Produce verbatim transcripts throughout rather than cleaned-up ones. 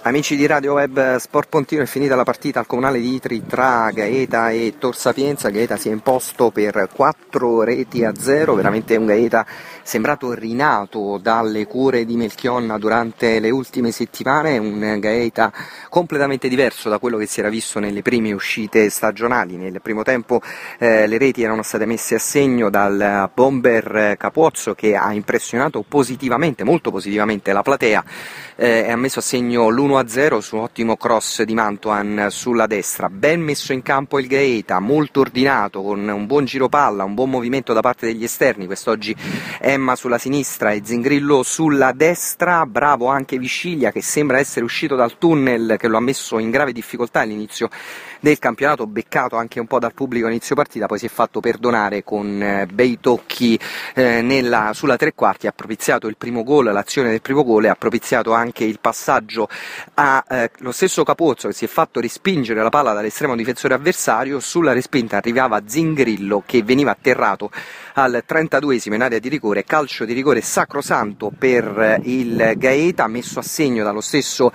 Amici di Radio Web Sport Pontino, è finita la partita al Comunale di Itri tra Gaeta e Tor Sapienza. Gaeta si è imposto per quattro reti a zero, veramente un Gaeta sembrato rinato dalle cure di Melchionna durante le ultime settimane, un Gaeta completamente diverso da quello che si era visto nelle prime uscite stagionali. Nel primo tempo eh, le reti erano state messe a segno dal bomber Capozzo, che ha impressionato positivamente, molto positivamente la platea, eh, e ha messo a segno l'uno a zero su un ottimo cross di Mantuan sulla destra. Ben messo in campo il Gaeta, molto ordinato, con un buon giro palla, un buon movimento da parte degli esterni, quest'oggi Emma sulla sinistra e Zingrillo sulla destra. Bravo anche Visciglia, che sembra essere uscito dal tunnel che lo ha messo in grave difficoltà all'inizio del campionato, beccato anche un po' dal pubblico a inizio partita, poi si è fatto perdonare con eh, bei tocchi eh, nella, sulla tre quarti, ha propiziato il primo gol, l'azione del primo gol, e ha propiziato anche il passaggio a eh, lo stesso Capozzo, che si è fatto respingere la palla dall'estremo difensore avversario. Sulla respinta arrivava Zingrillo, che veniva atterrato al trentaduesimo in area di rigore, calcio di rigore sacrosanto per il Gaeta, messo a segno dallo stesso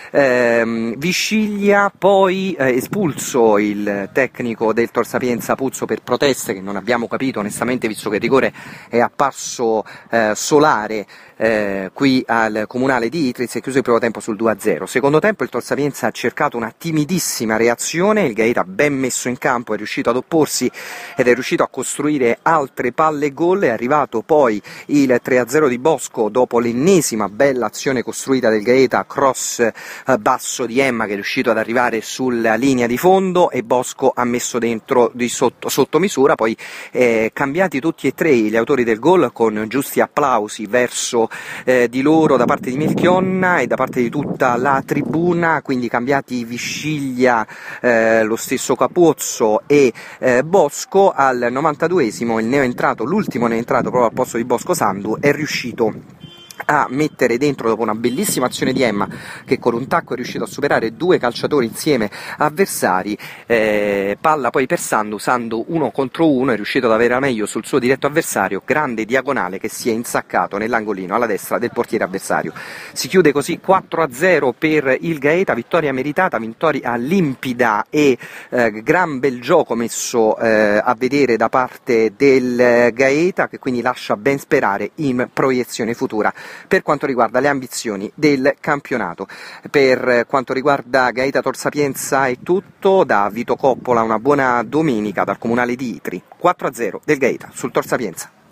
ehm, Visciglia. Poi eh, espulso il tecnico del Tor Sapienza Puzzo per proteste che non abbiamo capito onestamente, visto che il rigore è apparso eh, solare eh, qui al Comunale di Itri. Si è chiuso il primo tempo sul due a zero. Secondo tempo il Tor Sapienza ha cercato una timidissima reazione, il Gaeta ben messo in campo è riuscito ad opporsi ed è riuscito a costruire altre palle gol. È arrivato poi il tre a zero di Bosco dopo l'ennesima bella azione costruita del Gaeta, cross eh, basso di Emma che è riuscito ad arrivare sulla linea di fondo, e Bosco ha messo dentro di sotto, sotto misura. Poi eh, cambiati tutti e tre gli autori del gol, con giusti applausi verso eh, di loro da parte di Melchionna e da parte di tutta la tribuna, quindi cambiati Visciglia, eh, lo stesso Capozzo e eh, Bosco. Al novantaduesimo il neoentrato, l'ultimo neoentrato proprio al posto di Bosco, Sandu, è riuscito a mettere dentro, dopo una bellissima azione di Emma che con un tacco è riuscito a superare due calciatori insieme avversari, eh, palla poi per Sandu, Sandu uno contro uno, è riuscito ad avere la meglio sul suo diretto avversario, grande diagonale che si è insaccato nell'angolino alla destra del portiere avversario. Si chiude così quattro a zero per il Gaeta, vittoria meritata, vittoria limpida e eh, gran bel gioco messo eh, a vedere da parte del Gaeta, che quindi lascia ben sperare in proiezione futura per quanto riguarda le ambizioni del campionato. Per quanto riguarda Gaeta Tor Sapienza è tutto. Da Vito Coppola una buona domenica dal Comunale di Itri. quattro a zero del Gaeta sul Tor Sapienza.